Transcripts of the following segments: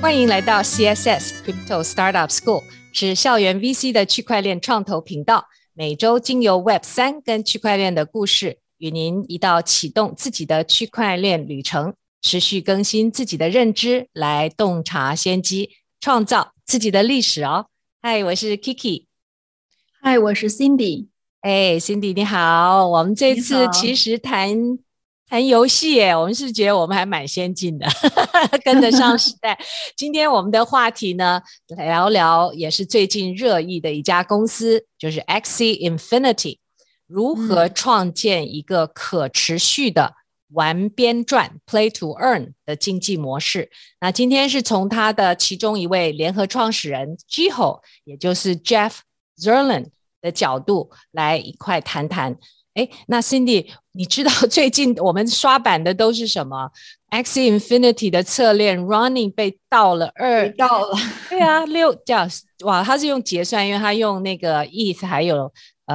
欢迎来到 CSS Crypto Startup School， 是校园 VC 的区块链创投频道。每周经由 Web3 跟区块链的故事，与您一道启动自己的区块链旅程，持续更新自己的认知，来洞察先机，创造自己的历史哦。嗨，我是 Kiki。 嗨，我是 Cindy。 Cindy 你好，我们这次其实谈游戏耶，我们是觉得我们还蛮先进的跟得上时代。今天我们的话题呢，聊聊也是最近热议的一家公司，就是 Axie Infinity 如何创建一个可持续的玩边赚 Play to Earn 的经济模式。那今天是从他的其中一位联合创始人 Jiho， 也就是 Jeff Zerlin 的角度来一块谈谈。那 Cindy 你知道最近我们刷版的都是什么？ Axie Infinity 的侧链 Ronnie 被盗了对啊哇，他是用结算，因为他用那个 ETH 还有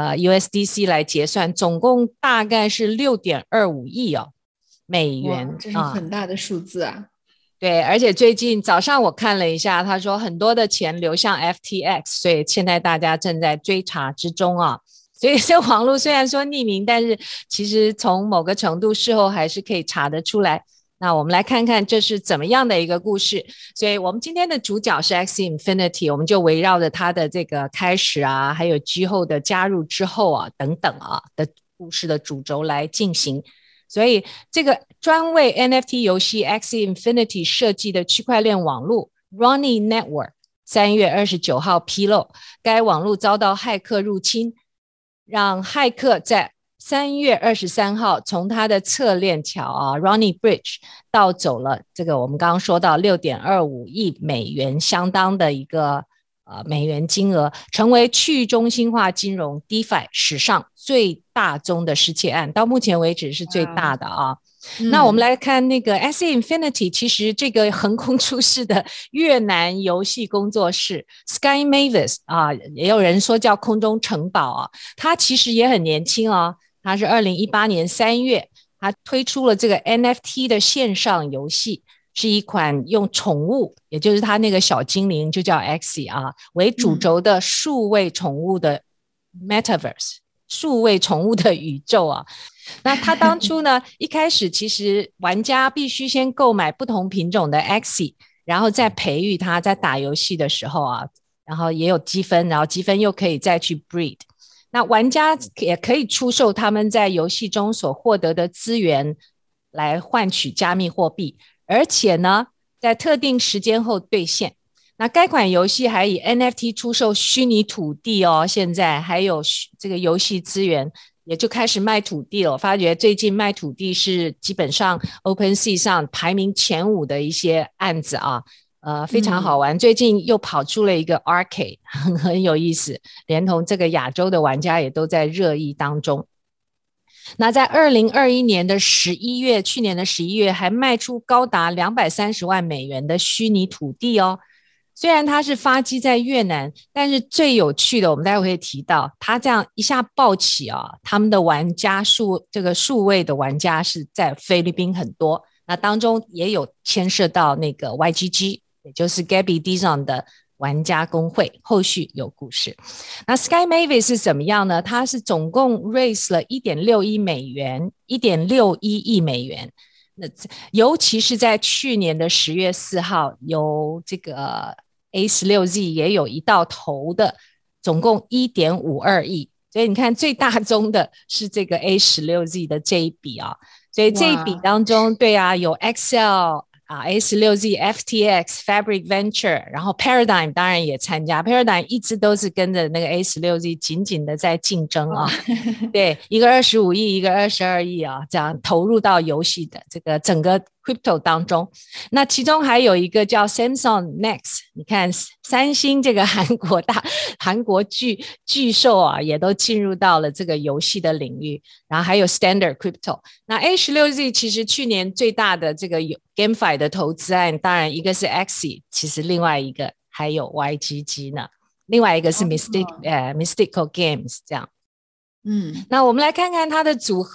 USDC 来结算，总共大概是 6.25 亿美元。 这是很大的数字啊。 对，而且最近早上我看了一下，他说很多的钱流向 FTX， 所以现在大家正在追查之中啊。所以这网络虽然说匿名，但是其实从某个程度事后还是可以查得出来。那我们来看看这是怎么样的一个故事。所以我们今天的主角是 Axie Infinity， 我们就围绕着它的这个开始啊，还有之后的加入之后啊等等啊的故事的主轴来进行。所以这个专为 NFT 游戏 Axie Infinity 设计的区块链网络 Ronnie Network 3月29号披露，该网络遭到骇客入侵，让骇客在3月23号从他的侧链桥Ronnie Bridge 盗走了这个我们刚刚说到 6.25 亿美元，相当的一个美元金额，成为去中心化金融 DeFi 史上最大宗的失窃案，到目前为止是最大的啊。那我们来看那个 Axie Infinity， 其实这个横空出世的越南游戏工作室 Sky Mavis 也有人说叫空中城堡它其实也很年轻它是2018年3月它推出了这个 NFT 的线上游戏，是一款用宠物，也就是它那个小精灵就叫 Axie 为主轴的数位宠物的 Metaverse，数位宠物的宇宙那他当初呢一开始其实玩家必须先购买不同品种的 Axie， 然后再培育它，在打游戏的时候然后也有积分，然后积分又可以再去 breed。 那玩家也可以出售他们在游戏中所获得的资源来换取加密货币，而且呢在特定时间后兑现。那该款游戏还以 NFT 出售虚拟土地现在还有这个游戏资源，也就开始卖土地了。我发觉最近卖土地是基本上 OpenSea 上排名前5的一些案子非常好玩。最近又跑出了一个 Arcade， 很有意思，连同这个亚洲的玩家也都在热议当中。那在2021年的11月，去年的11月还卖出高达230万美元的虚拟土地虽然它是发迹在越南，但是最有趣的，我们待会会提到，它这样一下爆起他们的玩家这个数位的玩家是在菲律宾很多，那当中也有牵涉到那个 YGG， 也就是 Gabby Dizon 的玩家工会，后续有故事。那 Sky Mavis 是怎么样呢？它是总共 raise 了 1.61 美元 1.61 亿美元，那尤其是在去年的10月4号，由这个 A16Z 也有一道投的，总共 1.52 亿。所以你看最大宗的是这个 A16Z 的这一笔所以这一笔当中，对有 Excel A16Z FTX Fabric Venture， 然后 Paradigm 当然也参加， Paradigm 一直都是跟着那个 A16Z 紧紧的在竞争对，一个25亿一个22亿这样投入到游戏的这个整个 crypto 当中。那其中还有一个叫 Samsung Next， 你看三星这个韩国巨兽也都进入到了这个游戏的领域，然后还有 Standard Crypto。 那 A16Z 其实去年最大的这个 GameFi 的投资案，当然一个是 Axie， 其实另外一个还有 YGG 呢，另外一个是 Mystical Games 这样。那我们来看看它的组合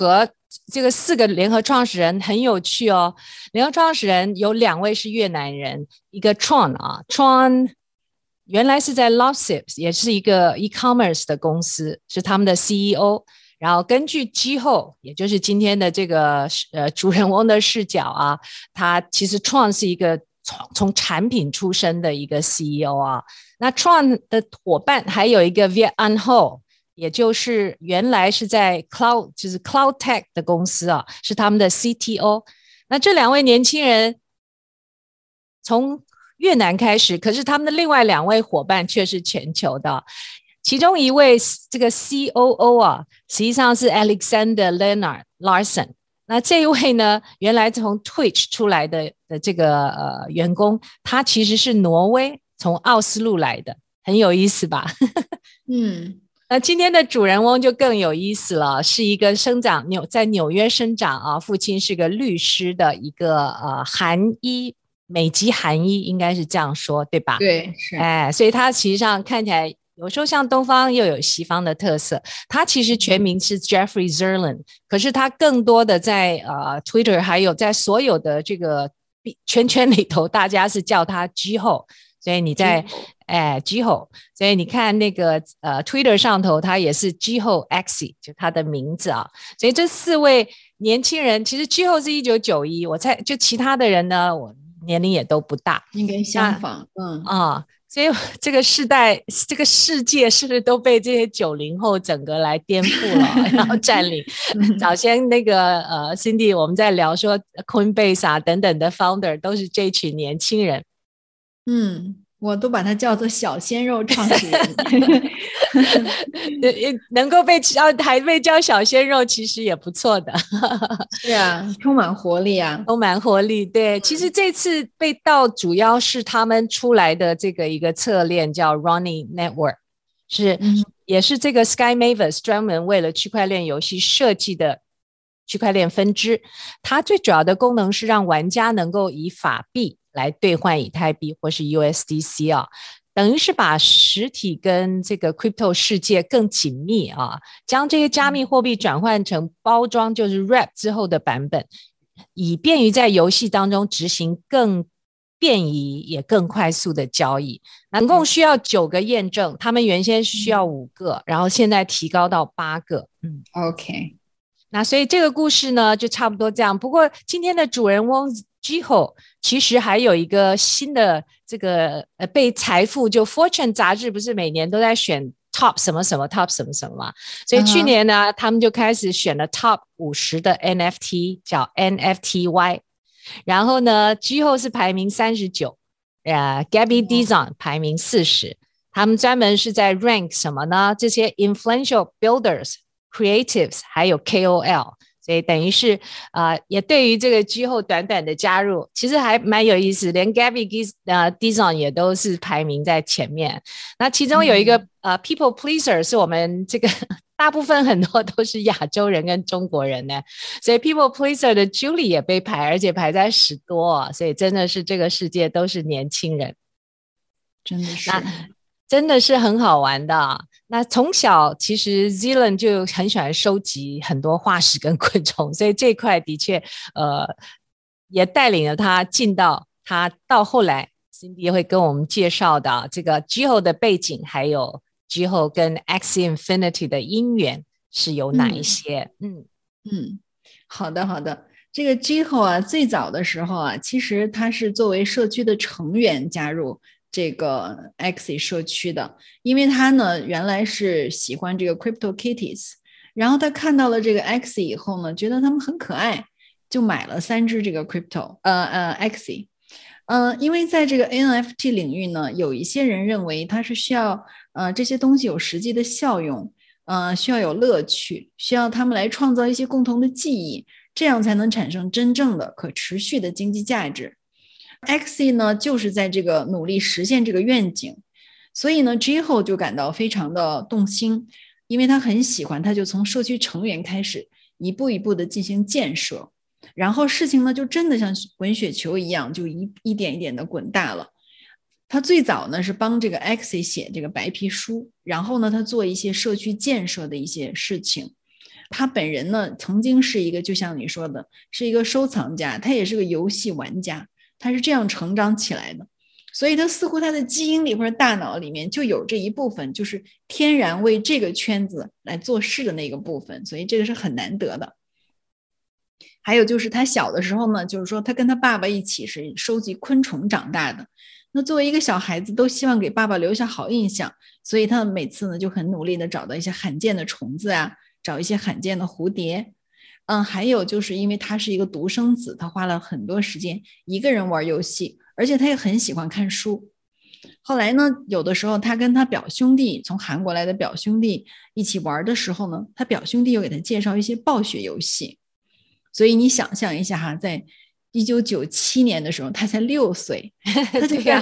这个4个联合创始人很有趣哦。联合创始人有2位是越南人，一个 Tron 原来是在 Lovesips 也是一个 e-commerce 的公司，是他们的 CEO。然后根据之后，也就是今天的这个主人翁的视角啊，他其实 Tron 是一个从产品出身的一个 CEO 啊。那 Tron 的伙伴还有一个 Viet Anh Ho， 也就是原来是在 就是 Cloud Tech 的公司啊，是他们的 CTO。那这2位年轻人从越南开始，可是他们的另外2位伙伴却是全球的。其中一位这个 COO 啊，实际上是 Alexander Leonard Larson。那这一位呢，原来从 Twitch 出来的这个员工，他其实是挪威从奥斯陆来的，很有意思吧？那今天的主人翁就更有意思了，是一个在纽约生长啊，父亲是个律师的一个美籍韩裔，应该是这样说，对吧？ 对，是。 所以他其实上看起来有时候像东方又有西方的特色。他其实全名是 Jeffrey Zerlin， 可是他更多的在Twitter 还有在所有的这个圈里头，大家是叫他 Jiho。所以你在Jiho， 所以你看那个Twitter 上头，他也是 Jiho X， 就他的名字啊。所以这4位年轻人，其实 Jiho 是1991，我猜就其他的人呢，我年龄也都不大， 应该相仿。 所以这个世界是不是都被这些90后整个来颠覆了，然后占领？早先那个Cindy 我们在聊说 Coinbase 啊等等的 founder 都是这群年轻人。 我都把它叫做小鲜肉创始人。 能够还被叫小鲜肉其实也不错的。 是啊，充满活力啊， 充满活力。对，其实这次被盗主要是他们出来的这个一个侧链叫 Ronnie Network， 也是这个 Sky Mavis 专门为了区块链游戏设计的区块链分支。它最主要的功能是让玩家能够以法币来兑换以太币或是 USDC 啊，等于是把实体跟这个 crypto 世界更紧密啊，将这些加密货币转换成包装，就是 wrap 之后的版本，以便于在游戏当中执行更便宜也更快速的交易。总共需要9个验证，他们原先需要5个，然后现在提高到8个。 OK， 那所以这个故事呢就差不多这样。不过今天的主人翁 Jiho 其实还有一个新的这个被财富就 Fortune 杂志不是每年都在选 Top 什么什么 Top 什么什么嘛，所以去年呢他们就开始选了 Top 50的 NFT 叫 NFTY。然后呢 Jiho 是排名39， Gabby Dizon 排名40。他们专门是在 rank 什么呢？这些 influential builders、creatives 还有 KOL。所以等于是也对于这个之后短短的加入，其实还蛮有意思，连 Gabby Dizon 也都是排名在前面。那其中有一个people pleaser 是我们这个大部分很多都是亚洲人跟中国人呢，所以 people pleaser 的 Julie 也被排，而且排在10多，所以真的是这个世界都是年轻人， 真的是。 真的是很好玩的。那从小其实 Zealand 就很喜欢收集很多化石跟昆虫，所以这一块的确也带领了他进到他到后来 Cindy 会跟我们介绍的这个 Jiho 的背景，还有 Jiho 跟 Axie Infinity 的因缘是有哪一些。 好的。这个 Jiho 啊，最早的时候啊，其实他是作为社区的成员加入这个 Axie 社区的，因为他呢原来是喜欢这个 Crypto Kitties， 然后他看到了这个 Axie 以后呢，觉得他们很可爱，就买了3只这个 Axie。因为在这个 NFT 领域呢，有一些人认为它是需要这些东西有实际的效用，需要有乐趣，需要他们来创造一些共同的记忆，这样才能产生真正的可持续的经济价值。Axie 呢就是在这个努力实现这个愿景，所以呢 Jiho 就感到非常的动心，因为他很喜欢，他就从社区成员开始一步一步的进行建设，然后事情呢就真的像滚雪球一样，就一点一点的滚大了。他最早呢是帮这个 Axie 写这个白皮书，然后呢他做一些社区建设的一些事情， 他本人呢曾经是一个，就像你说的，是一个收藏家，他也是个游戏玩家，他是这样成长起来的。所以他似乎他的基因里或者大脑里面就有这一部分，就是天然为这个圈子来做事的那个部分，所以这个是很难得的。还有就是他小的时候呢，就是说他跟他爸爸一起是收集昆虫长大的。那作为一个小孩子，都希望给爸爸留下好印象，所以他每次呢就很努力的找到一些罕见的虫子啊，找一些罕见的蝴蝶。还有就是因为他是一个独生子，他花了很多时间一个人玩游戏，而且他也很喜欢看书。后来呢，有的时候他跟他表兄弟从韩国来的表兄弟一起玩的时候呢，他表兄弟又给他介绍一些暴雪游戏。所以你想象一下哈，在1997年的时候，他才6岁，他就在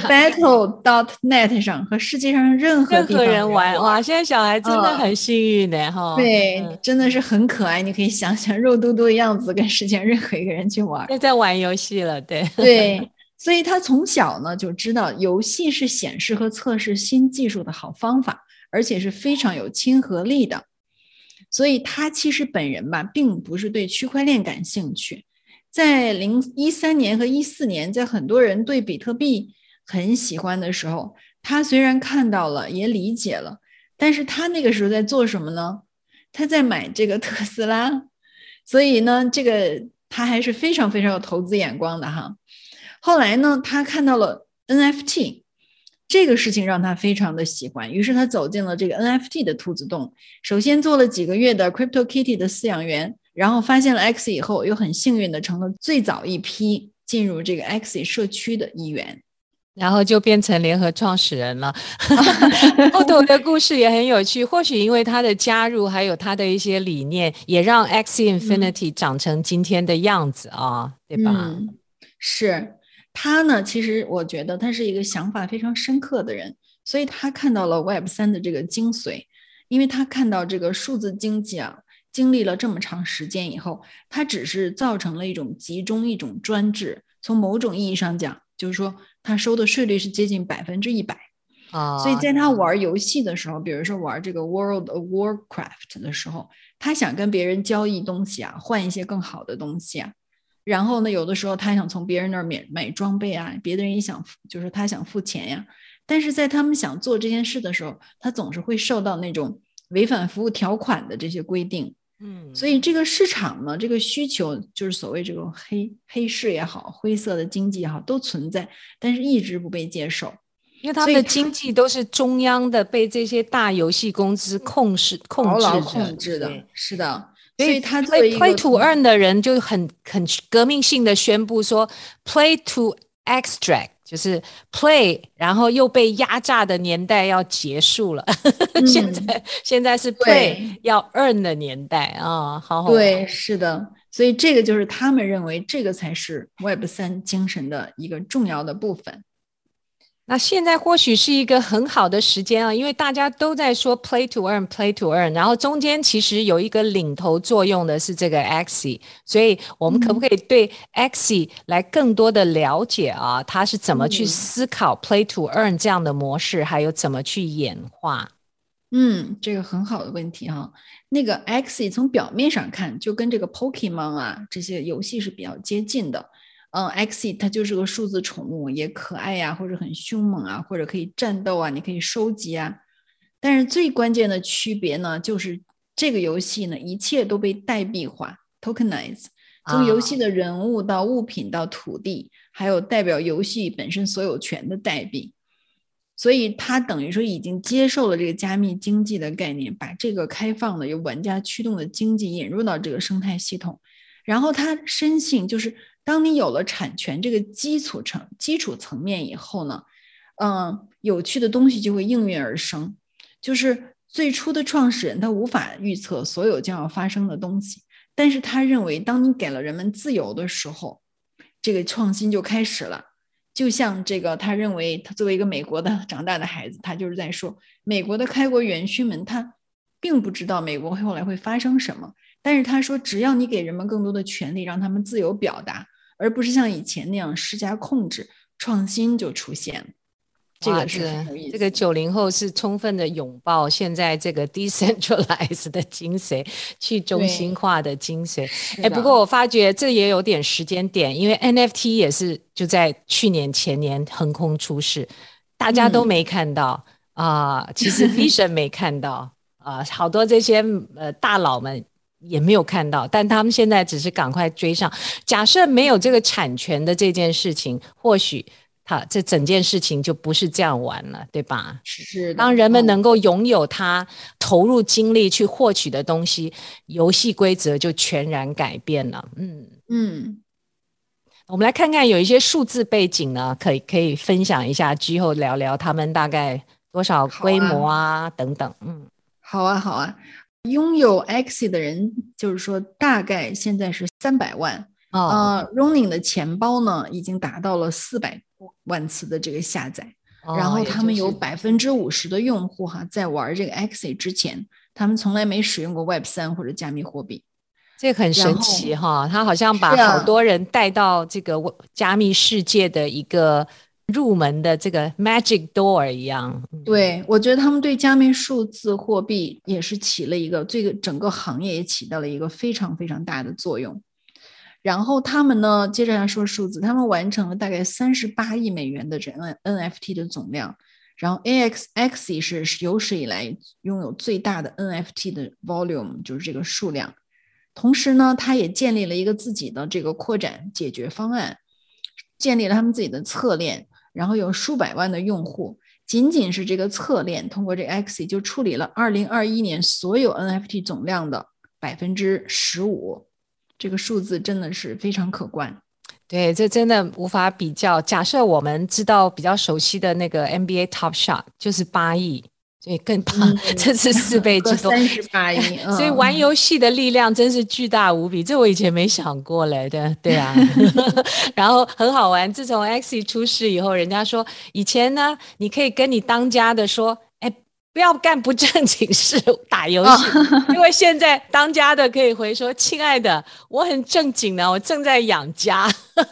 Battle.net 上和世界上任何地方人玩。哇，现在小孩真的很幸运呢， 对，真的是很可爱。你可以想想肉嘟嘟的样子，跟世界上任何一个人去玩。 在玩游戏了，对对，所以他从小呢就知道游戏是显示和测试新技术的好方法，而且是非常有亲和力的。所以他其实本人吧，并不是对区块链感兴趣。在2013年和14年，在很多人对比特币很喜欢的时候，他虽然看到了，也理解了，但是他那个时候在做什么呢？他在买这个特斯拉。所以呢，这个他还是非常非常有投资眼光的哈。后来呢，他看到了 NFT。这个事情让他非常的喜欢，于是他走进了这个 NFT 的兔子洞，首先做了几个月的 CryptoKitty 的饲养员，然后发现了 Axie 以后，又很幸运的成了最早一批进入这个 Axie 社区的一员， 然后就变成联合创始人了。后头的故事也很有趣，或许因为他的加入，还有他的一些理念，也让 Axie Infinity 长成今天的样子啊，对吧？ 是。他呢，其实我觉得他是一个想法非常深刻的人，所以他看到了 Web3 的这个精髓，因为他看到这个数字经济啊，经历了这么长时间以后，它只是造成了一种集中、一种专制。从某种意义上讲，就是说他收的税率是接近100%。所以在他玩游戏的时候，比如说玩这个 World of Warcraft 的时候，他想跟别人交易东西啊，换一些更好的东西啊。然后呢，有的时候他想从别人那儿买装备啊，别的人也想，就是他想付钱呀。但是在他们想做这件事的时候，他总是会受到那种违反服务条款的这些规定。所以这个市场呢，这个需求就是所谓这种黑市也好，灰色的经济也好，都存在，但是一直不被接受。 因为他们的经济都是中央的，被这些大游戏公司控制的，是的。所以他作为一个 Play to Earn 的人就很革命性的宣布说 Play to Extract， 就是 Play 然后又被压榨的年代要结束了。现在是 Play 要 Earn 的年代啊，好好玩。 对，是的。所以这个就是他们认为这个才是 Web3 精神的一个重要的部分。 那现在或许是一个很好的时间啊，因为大家都在说 play to earn，play to earn， 然后中间其实有一个领头作用的是这个 Axie， 所以我们可不可以对 Axie 来更多的了解啊？它是怎么去思考 play to earn 这样的模式，还有怎么去演化？ 这个很好的问题哈。那个 Axie 从表面上看就跟这个 Pokemon 啊这些游戏是比较接近的。Axie 它就是个数字宠物，也可爱呀，或者很凶猛啊，或者可以战斗啊，你可以收集啊。但是最关键的区别呢，就是这个游戏呢，一切都被代币化 （tokenize），从游戏的人物到物品到土地，还有代表游戏本身所有权的代币。所以它等于说已经接受了这个加密经济的概念，把这个开放的由玩家驱动的经济引入到这个生态系统。然后他深信，就是当你有了产权这个基础层面以后呢，有趣的东西就会应运而生。就是最初的创始人他无法预测所有将要发生的东西，但是他认为，当你给了人们自由的时候，这个创新就开始了。就像这个，他认为他作为一个美国的长大的孩子，他就是在说，美国的开国元勋们，他并不知道美国后来会发生什么。但是他说，只要你给人们更多的权利，让他们自由表达，而不是像以前那样施加控制，创新就出现了。 这个是很有意思。 这个90后是充分的拥抱现在这个 decentralized 的精髓，去中心化的精髓。不过我发觉这也有点时间点，因为 NFT 也是就在去年前年横空出世，大家都没看到其实 Vision 没看到好多这些大佬们也没有看到，但他们现在只是赶快追上。假设没有这个产权的这件事情，或许这整件事情就不是这样玩了，对吧？ 是的。 当人们能够拥有他投入精力去获取的东西，游戏规则就全然改变了。我们来看看有一些数字背景呢，可以分享一下，之后聊聊他们大概多少规模等等。 好啊。拥有 Axie 的人，就是说大概现在是300万。Ronin 的钱包呢，已经达到了400万次的这个下载。然后他们有50%的用户在玩这个 Axie 之前，他们从来没使用过 Web3 或者加密货币。 这个很神奇他好像把好多人带到这个加密世界的一个入门的这个 Magic Door 一样。 对，我觉得他们对加密数字货币也是起了一个，这个整个行业也起到了一个非常非常大的作用。然后他们呢，接着来说数字，他们完成了大概38亿美元的这 NFT 的总量。然后 Axie 是有史以来拥有最大的 NFT 的 volume， 就是这个数量。同时呢，他也建立了一个自己的这个扩展解决方案，建立了他们自己的侧链，然后有数百万的用户。仅仅是这个侧链通过这 Axie 就处理了2021年所有 NFT 总量的15%，这个数字真的是非常可观。 对，这真的无法比较。假设我们知道比较熟悉的那个 NBA Top Shot 就是8亿，所以更这是4倍之多 ，38亿。 所以玩游戏的力量真是巨大无比，这我以前没想过嘞。对啊。然后很好玩，自从 Axie 出世以后，人家说以前呢，你可以跟你当家的说，不要干不正经事，打游戏。因为现在当家的可以回说，亲爱的，我很正经的，我正在养家。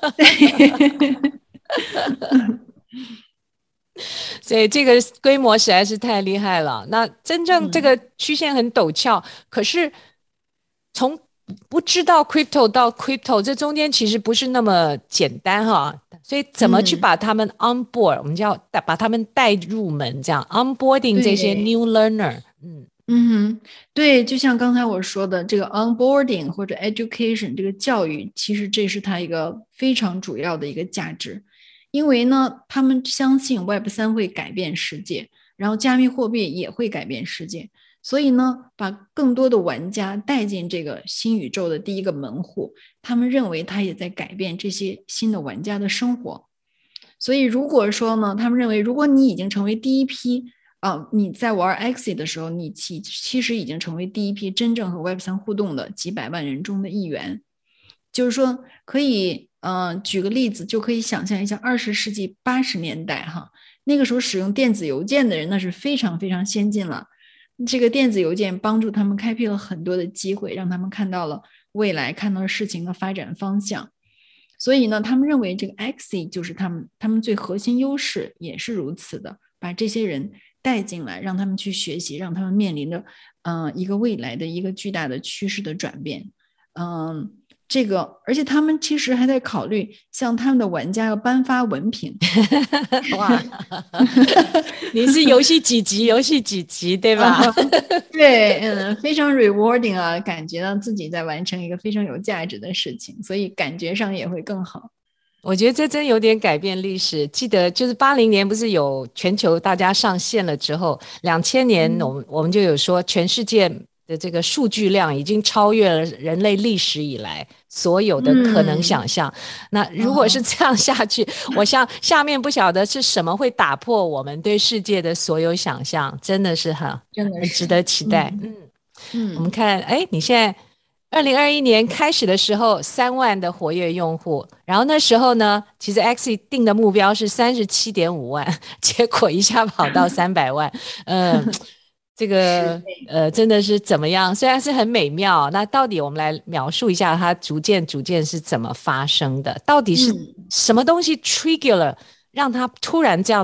所以这个规模实在是太厉害了。那真正这个曲线很陡峭，可是从不知道 crypto 到 crypto 这中间其实不是那么简单所以怎么去把他们 on board，我们就要把他们带入门，这样 onboarding 这些 new learner。 对，就像刚才我说的，这个 onboarding 或者 education 这个教育，其实这是它一个非常主要的一个价值。因为呢，他们相信 Web3 会改变世界，然后加密货币也会改变世界，所以呢，把更多的玩家带进这个新宇宙的第一个门户，他们认为他也在改变这些新的玩家的生活。所以如果说呢，他们认为如果你已经成为第一批你在玩 Axie 的时候，你其实已经成为第一批真正和 Web3 互动的几百万人中的一员。就是说可以举个例子，就可以想象一下20世纪80年代那个时候使用电子邮件的人那是非常非常先进了。这个电子邮件帮助他们开辟了很多的机会，让他们看到了未来，看到了事情的发展方向。所以呢，他们认为这个 Axie 就是他们最核心优势，也是如此的，把这些人带进来，让他们去学习，让他们面临着一个未来的一个巨大的趋势的转变。这个，而且他们其实还在考虑向他们的玩家要颁发文凭。 哇，你是游戏几级对吧？ 对，非常 rewarding 感觉到自己在完成一个非常有价值的事情，所以感觉上也会更好。 我觉得这真有点改变历史。记得就是80年不是有全球大家上线了之后，2000年我们就有说全世界的这个数据量已经超越了人类历史以来所有的可能想象。那如果是这样下去，我想下面不晓得是什么会打破我们对世界的所有想象，真的是很值得期待。我们看，你现在2021年开始的时候3万的活跃用户，然后那时候呢，其实 Axie 定的目标是37.5万，结果一下跑到300万。这个真的是怎么样？虽然是很美妙，那到底我们来描述一下它逐渐是怎么发生的？到底是什么东西 trigger 了，让它突然这样的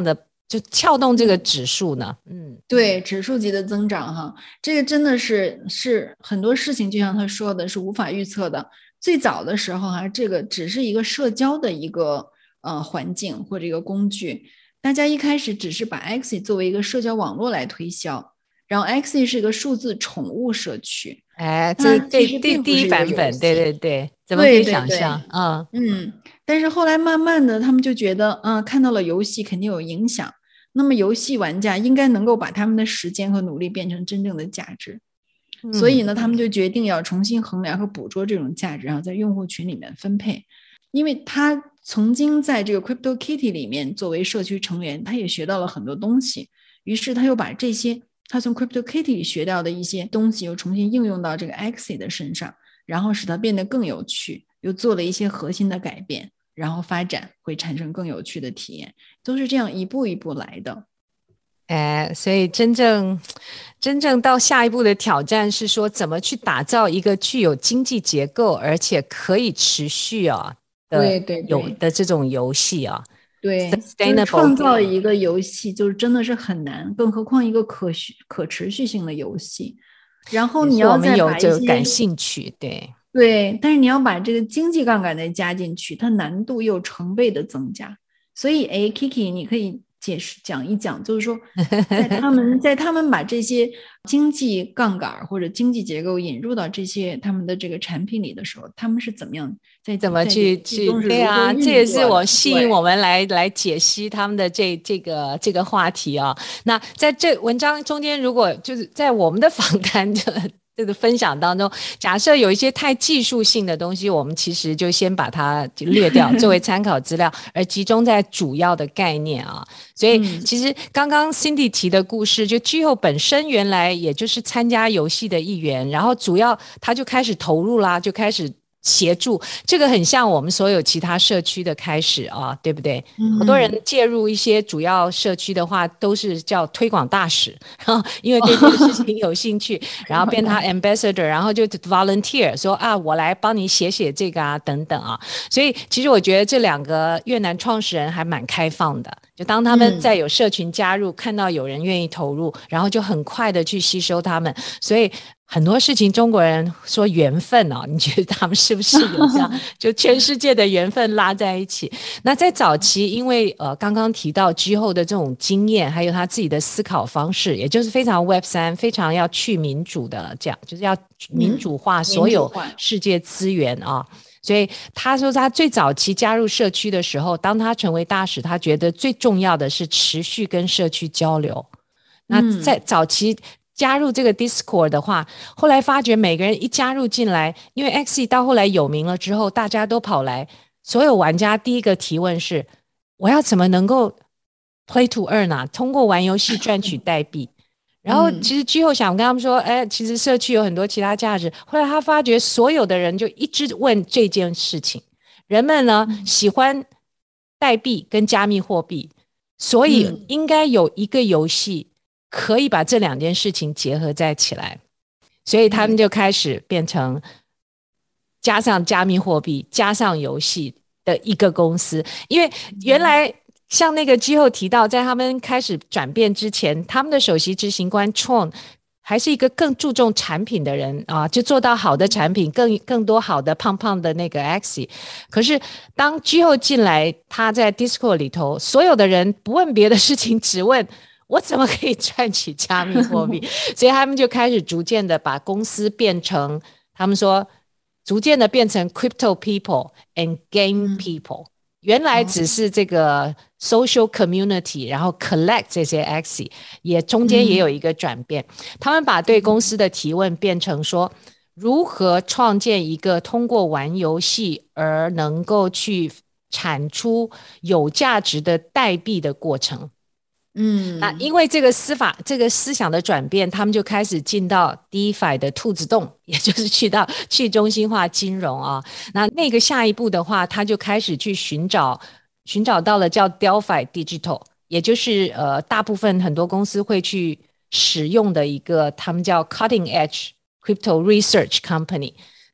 就撬动这个指数呢？ 对，指数级的增长哈，这个真的是很多事情，就像他说的，是无法预测的。最早的时候哈，这个只是一个社交的一个环境或者一个工具，大家一开始只是把 Axie 作为一个社交网络来推销，然后 Axie 是一个数字宠物社区， 这其实并不第一是一个版本， 游戏。 对对对，怎么可以想对象？ 但是后来慢慢的，他们就觉得，看到了游戏肯定有影响，那么游戏玩家应该能够把他们的时间和努力变成真正的价值，所以呢，他们就决定要重新衡量和捕捉这种价值，然后在用户群里面分配。因为他曾经在这个 CryptoKitty 里面作为社区成员，他也学到了很多东西，于是他又把这些他从 CryptoKitty 里学到的一些东西又重新应用到这个 Axie 的身上，然后使它变得更有趣，又做了一些核心的改变，然后发展会产生更有趣的体验，都是这样一步一步来的。 所以真正到下一步的挑战是说，怎么去打造一个具有经济结构，而且可以持续对对对的这种游戏对，就是 sustainable 创造 game。 一个游戏，就是真的是很难，更何况一个可持续性的游戏。然后也你要再是我们有把一些这个感兴趣，对。 对，但是你要把这个经济杠杆再加进去，它难度又成倍的增加。所以，Kiki，你可以讲一讲，就是说，在他们把这些经济杠杆或者经济结构引入到这些他们的这个产品里的时候，他们是怎么样怎么去对啊，这也是我吸引我们来解析他们的这个话题啊。那在这文章中间，如果就是在我们的访谈这个分享当中，假设有一些太技术性的东西，我们其实就先把它略掉，作为参考资料，而集中在主要的概念啊。所以其实刚刚 Cindy 提的故事，就 Gio 本身原来也就是参加游戏的一员，然后主要他就开始投入啦，就开始协助，这个很像我们所有其他社区的开始啊，对不对？好多人介入一些主要社区的话，都是叫推广大使，因为对这个事情有兴趣，然后变他 ambassador， 然后就 volunteer 说我来帮你写这个等等啊。所以其实我觉得这两个越南创始人还蛮开放的，就当他们在有社群加入，看到有人愿意投入，然后就很快的去吸收他们，所以很多事情中国人说缘分你觉得他们是不是有这样就全世界的缘分拉在一起？那在早期，因为刚刚提到之后的这种经验，还有他自己的思考方式，也就是非常 Web3，非常要去民主的，这样就是要民主化所有世界资源所以他说他最早期加入社区的时候，当他成为大使，他觉得最重要的是持续跟社区交流。那在早期加入这个 Discord 的话，后来发觉每个人一加入进来，因为 Axie 到后来有名了之后，大家都跑来，所有玩家第一个提问是：我要怎么能够 play to earn 通过玩游戏赚取代币？然后其实之后想跟他们说，其实社区有很多其他价值。后来他发觉所有的人就一直问这件事情，人们呢喜欢代币跟加密货币，所以应该有一个游戏可以把这两件事情结合在起来，所以他们就开始变成加上加密货币加上游戏的一个公司。因为原来像那个之后提到，在他们开始转变之前，他们的首席执行官 Tron 还是一个更注重产品的人就做到好的产品，更多好的胖胖的那个 Axie。可是当之后进来，他在 Discord 里头，所有的人不问别的事情，只问我怎么可以赚取加密货币。所以他们就开始逐渐的把公司变成，他们说逐渐的变成 crypto people and game people。原来只是这个 social community， 然后 collect 这些 Axie， 也中间也有一个转变。他们把对公司的提问变成说，如何创建一个通过玩游戏而能够去产出有价值的代币的过程。那因为这个思想的转变，他们就开始进到 DeFi 的兔子洞，也就是去到去中心化金融那个下一步的话，他就开始去寻找到了叫 Delphi Digital， 也就是大部分很多公司会去使用的一个，他们叫 Cutting Edge Crypto Research Company。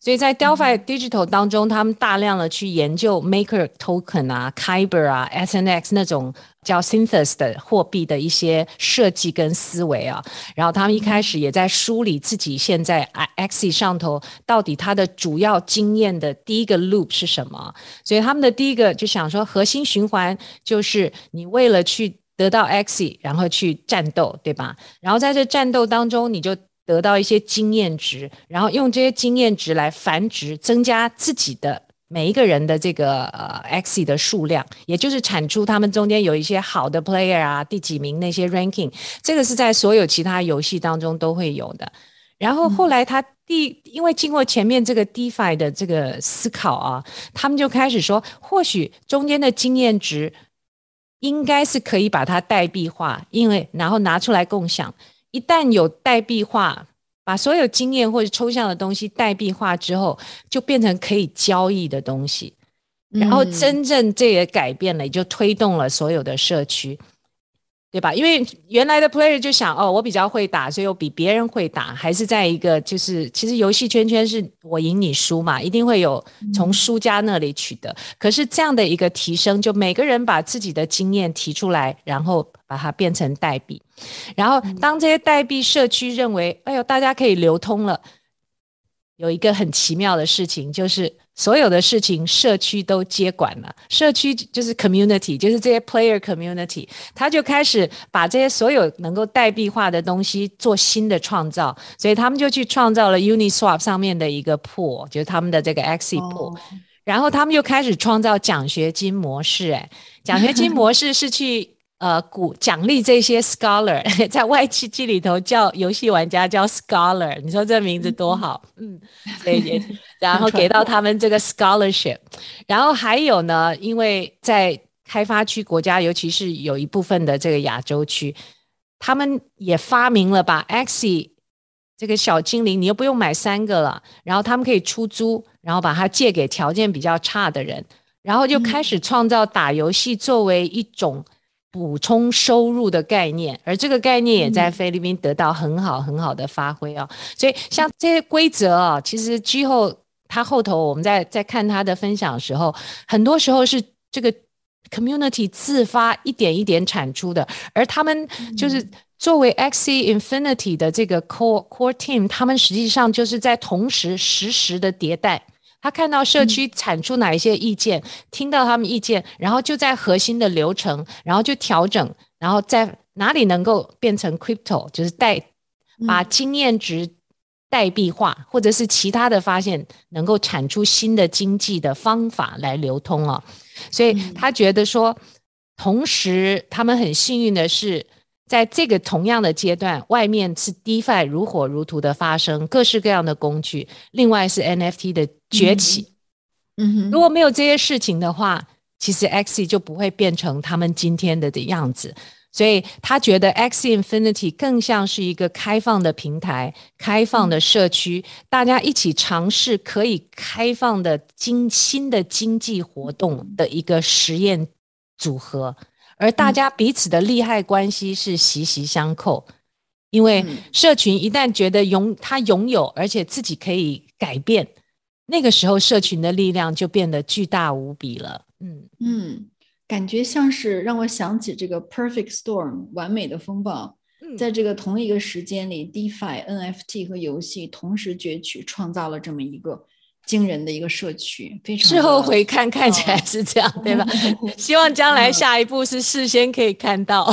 所以在 Delphi Digital 当中，他们大量的去研究 Maker Token 啊、Kyber 啊、SNX 那种叫 Synthesis 的货币的一些设计跟思维啊。然后他们一开始也在梳理自己现在 Axie 上头到底它的主要经验的第一个 loop 是什么。所以他们的第一个就想说，核心循环就是你为了去得到 Axie， 然后去战斗，对吧？然后在这战斗当中，你就得到一些经验值，然后用这些经验值来繁殖，增加自己的每一个人的这个Axie 的数量，也就是产出他们中间有一些好的 player 啊，第几名那些 ranking， 这个是在所有其他游戏当中都会有的。然后后来他因为经过前面这个 DeFi 的这个思考啊，他们就开始说，或许中间的经验值应该是可以把它代币化，因为然后拿出来共享。一旦有代币化，把所有经验或者抽象的东西代币化之后，就变成可以交易的东西。然后真正这也改变了，也就推动了所有的社区。对吧？因为原来的 player 就想我比较会打，所以我比别人会打，还是在一个就是其实游戏圈圈是我赢你输嘛，一定会有从输家那里取得。可是这样的一个提升，就每个人把自己的经验提出来，然后把它变成代币。然后当这些代币社区认为，哎呦，大家可以流通了，有一个很奇妙的事情，就是所有的事情社区都接管了。社区就是 community， 就是这些 player community， 他就开始把这些所有能够代币化的东西做新的创造，所以他们就去创造了 Uniswap 上面的一个 pool， 就是他们的这个 Axie pool。然后他们又开始创造奖学金模式，奖学金模式是去奖励这些 scholar， 在外机里头叫游戏玩家叫 scholar， 你说这名字多好，所以然后给到他们这个 scholarship。然后还有呢，因为在开发区国家，尤其是有一部分的这个亚洲区，他们也发明了把 Axie 这个小精灵，你又不用买3个了，然后他们可以出租，然后把它借给条件比较差的人，然后就开始创造打游戏作为一种补充收入的概念，而这个概念也在菲律宾得到很好很好的发挥哦。所以像这些规则啊，其实之后他后头我们在看他的分享的时候，很多时候是这个 community 自发一点一点产出的，而他们就是作为 Axie Infinity 的这个 core team， 他们实际上就是在同时实时的迭代。他看到社区产出哪一些意见，听到他们意见，然后就在核心的流程，然后就调整，然后在哪里能够变成 crypto， 就是把经验值代币化，或者是其他的发现能够产出新的经济的方法来流通哦。所以他觉得说，同时他们很幸运的是，在这个同样的阶段，外面是 DeFi 如火如荼的发生，各式各样的工具，另外是 NFT 的崛起。如果没有这些事情的话，其实 Axie 就不会变成他们今天的样子。所以他觉得 Axie Infinity 更像是一个开放的平台，开放的社区，大家一起尝试可以开放的新的经济活动的一个实验组合。而大家彼此的利害关系是息息相扣，因为社群一旦觉得他拥有，而且自己可以改变，那个时候社群的力量就变得巨大无比了。 感觉像是让我想起这个 Perfect Storm 完美的风暴，在这个同一个时间里 DeFi、NFT 和游戏同时攫取，创造了这么一个惊人的一个社区，非常事后回看看起来是这样，对吧？希望将来下一步是事先可以看到。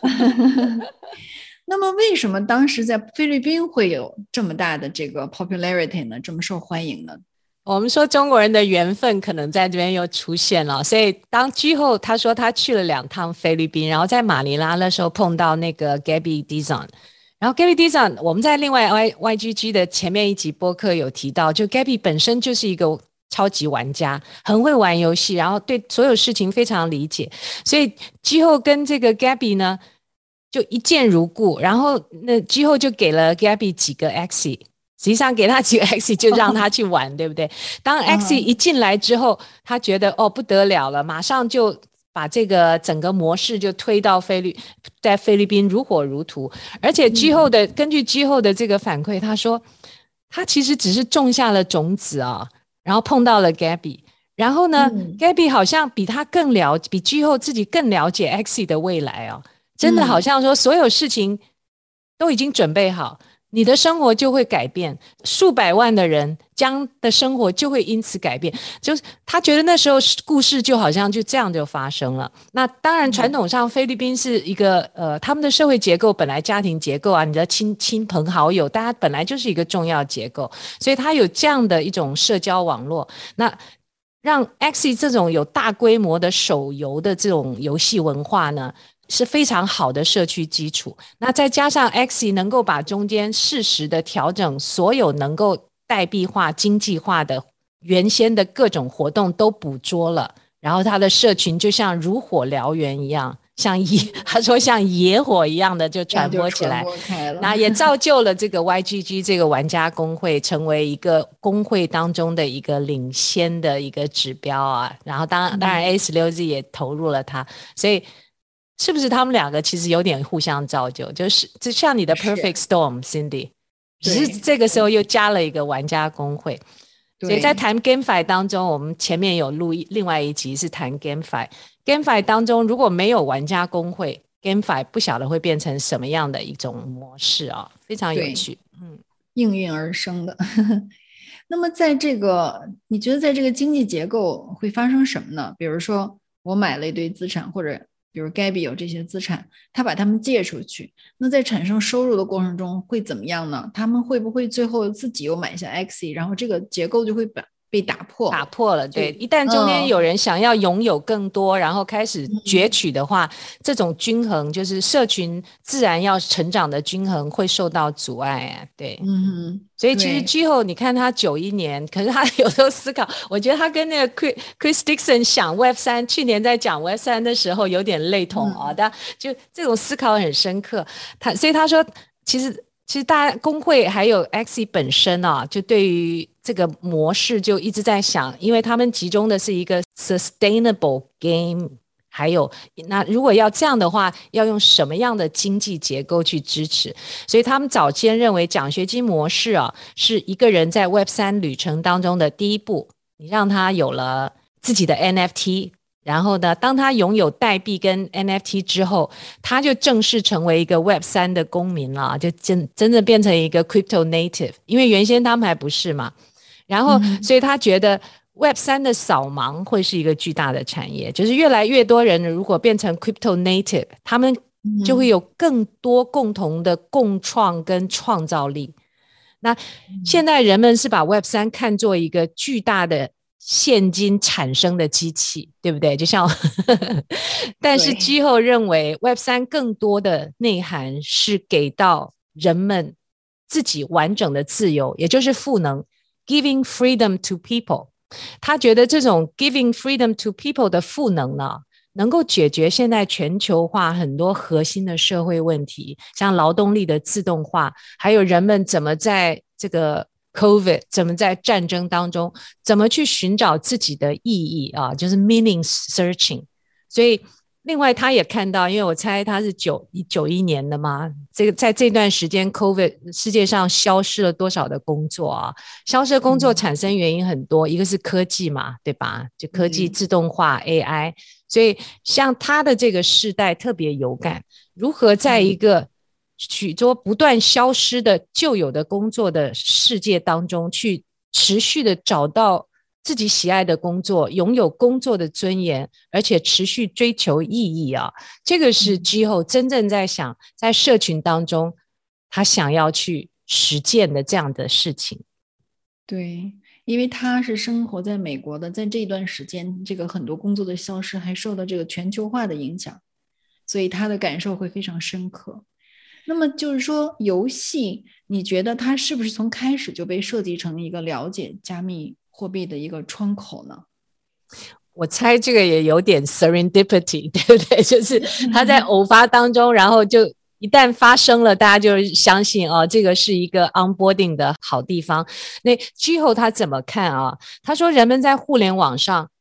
那么为什么当时在菲律宾会有这么大的这个 popularity 呢？这么受欢迎呢？ 我们说中国人的缘分可能在这边又出现了，所以当居后他说他去了2趟菲律宾，然后在马尼拉那时候碰到那个 Gabby Dizon。然后 Gabby Dizon 我们在另外 YGG 的前面一集播客有提到，就 Gabby 本身就是一个超级玩家，很会玩游戏，然后对所有事情非常理解，所以之后跟这个 Gabby 呢就一见如故，然后那之后就给了 Gabby 几个 Axie， 实际上给他几个 Axie 就让他去玩，对不对？当 Axie 一进来之后，他觉得不得了了，马上就把这个整个模式就推到在菲律宾如火如荼，而且根据之后的这个反馈，他说他其实只是种下了种子啊，然后碰到了 Gabby， 然后呢Gabby 好像比他更比之后自己更了解 Axie 的未来啊，真的好像说所有事情都已经准备好，你的生活就会改变，数百万的人将的生活就会因此改变。就是他觉得那时候故事就好像就这样就发生了。那当然传统上菲律宾是一个他们的社会结构本来家庭结构啊，你的亲朋好友大家本来就是一个重要结构，所以他有这样的一种社交网络。那让 Axie 这种有大规模的手游的这种游戏文化呢，是非常好的社区基础。那再加上 Axie 能够把中间适时的调整所有能够代币化、经济化的原先的各种活动都捕捉了，然后他的社群就像如火燎原一样，他说像野火一样的就传播起来，那也造就了这个 YGG 这个玩家公会成为一个公会当中的一个领先的一个指标啊。然后当然 A16Z 也投入了它，所以是不是他们两个其实有点互相造就，就像你的 Perfect Storm Cindy， 只是这个时候又加了一个玩家公会。所以在谈 GameFi 当中，我们前面有录另外一集是谈 GameFi 当中如果没有玩家公会， GameFi 不晓得会变成什么样的一种模式啊，非常有趣。 应运而生的。那么在这个你觉得在这个经济结构会发生什么呢？比如说我买了一堆资产，或者比如 Gabby 有这些资产，他把他们借出去，那在产生收入的过程中会怎么样呢？他们会不会最后自己又买下 Axie， 然后这个结构就会被打破了？对，一旦中间有人想要拥有更多，然后开始攫取的话，这种均衡就是社群自然要成长的均衡会受到阻碍啊。对，所以其实之后你看他91年，可是他有时候思考，我觉得他跟那个 Chris Dixon 想 Web3， 去年在讲 Web3 的时候有点类同啊，但就这种思考很深刻。所以他说，其实大家工会还有 Axie 本身啊，就对于这个模式就一直在想，因为他们集中的是一个 sustainable game。还有那如果要这样的话，要用什么样的经济结构去支持？所以他们早先认为奖学金模式啊，是一个人在 Web3 旅程当中的第一步，你让他有了自己的 NFT， 然后呢，当他拥有代币跟 NFT 之后，他就正式成为一个 Web3 的公民了，就真的变成一个 Crypto Native， 因为原先他们还不是嘛。然后所以他觉得Web3 的扫盲会是一个巨大的产业，就是越来越多人如果变成 Crypto Native， 他们就会有更多共同的共创跟创造力。那现在人们是把 Web3 看作一个巨大的现金产生的机器，对不对？就像但是之后认为 Web3 更多的内涵是给到人们自己完整的自由，也就是赋能 Giving freedom to people。他觉得这种 giving freedom to people 的赋能呢，能够解决现在全球化很多核心的社会问题，像劳动力的自动化，还有人们怎么在这个 COVID， 怎么在战争当中，怎么去寻找自己的意义啊，就是 meaning searching。所以另外他也看到，因为我猜他是91年的嘛，这个在这段时间 COVID 世界上消失了多少的工作啊？消失的工作产生原因很多，一个是科技嘛，对吧？就科技自动化 AI， 所以像他的这个世代特别有感，如何在一个许多不断消失的旧有的工作的世界当中去持续的找到自己喜爱的工作，拥有工作的尊严，而且持续追求意义啊！这个是之后真正在想在社群当中他想要去实践的这样的事情。 对，因为他是生活在美国的，在这一段时间，这个很多工作的消失还受到这个全球化的影响，所以他的感受会非常深刻。那么就是说，游戏你觉得它是不是从开始就被设计成一个了解加密货币的一个窗口呢？ 我猜这个也有点 serendipity， 对不对？就是他在偶发当中，然后就一旦发生了，大家就相信哦，这个是一个 onboarding 的好地方。那之后他怎么看啊？他说人们在互联网上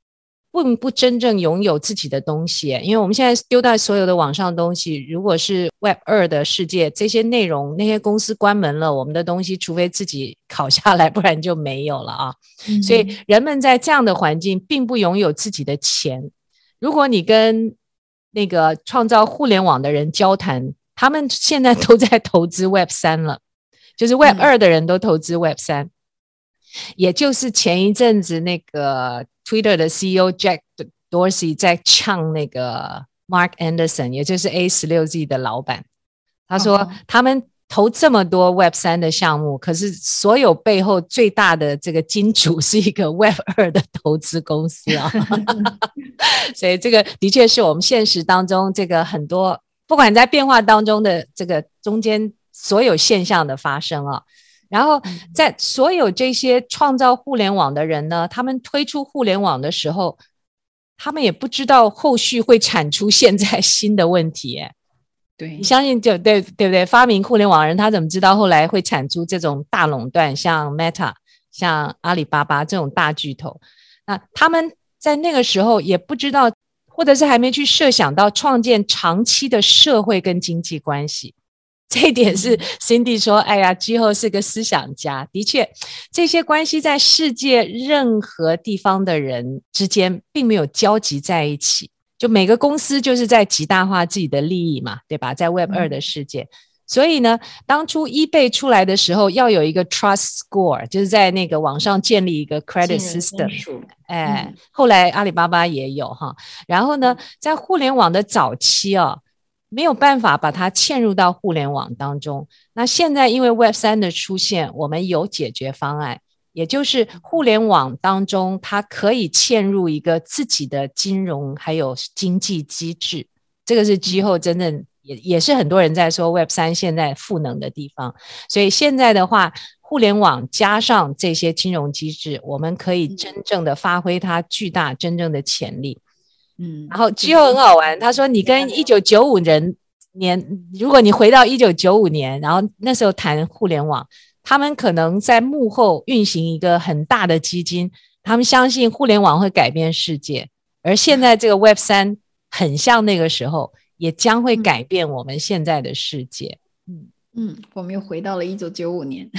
不真正拥有自己的东西，因为我们现在丢到所有的网上东西，如果是 Web2 的世界，这些内容那些公司关门了，我们的东西除非自己拷下来，不然就没有了啊。所以人们在这样的环境并不拥有自己的钱。如果你跟那个创造互联网的人交谈，他们现在都在投资 Web3 了，就是 Web2 的人都投资 Web3，也就是前一阵子那个 Twitter 的 CEO Jack Dorsey 在呛那个 Mark Anderson， 也就是 A16Z 的老板，他说他们投这么多 Web3 的项目，可是所有背后最大的这个金主是一个 Web2 的投资公司啊。所以这个的确是我们现实当中这个很多不管在变化当中的这个中间所有现象的发生啊。然后在所有这些创造互联网的人呢，他们推出互联网的时候，他们也不知道后续会产出现在新的问题耶。 对， 你相信就对不对？发明互联网的人他怎么知道后来会产出这种大垄断，像 Meta 像阿里巴巴这种大巨头？那他们在那个时候也不知道，或者是还没去设想到创建长期的社会跟经济关系。这一点是 Cindy 说，哎呀，之后是个思想家。的确，这些关系在世界任何地方的人之间并没有交集在一起，就每个公司就是在极大化自己的利益嘛，对吧？在 Web2 的世界。所以呢，当初 eBay 出来的时候要有一个 trust score， 就是在那个网上建立一个 credit system。后来阿里巴巴也有哈。然后呢，在互联网的早期没有办法把它嵌入到互联网当中。那现在因为 Web3 的出现，我们有解决方案，也就是互联网当中它可以嵌入一个自己的金融还有经济机制。这个是之后真正也是很多人在说 Web3 现在赋能的地方。所以现在的话，互联网加上这些金融机制，我们可以真正的发挥它巨大真正的潜力。然后之后很好玩，他说你跟1995年，如果你回到1995年，然后那时候谈互联网，他们可能在幕后运行一个很大的基金，他们相信互联网会改变世界，而现在这个 Web3 很像那个时候，也将会改变我们现在的世界。 我们又回到了1995年。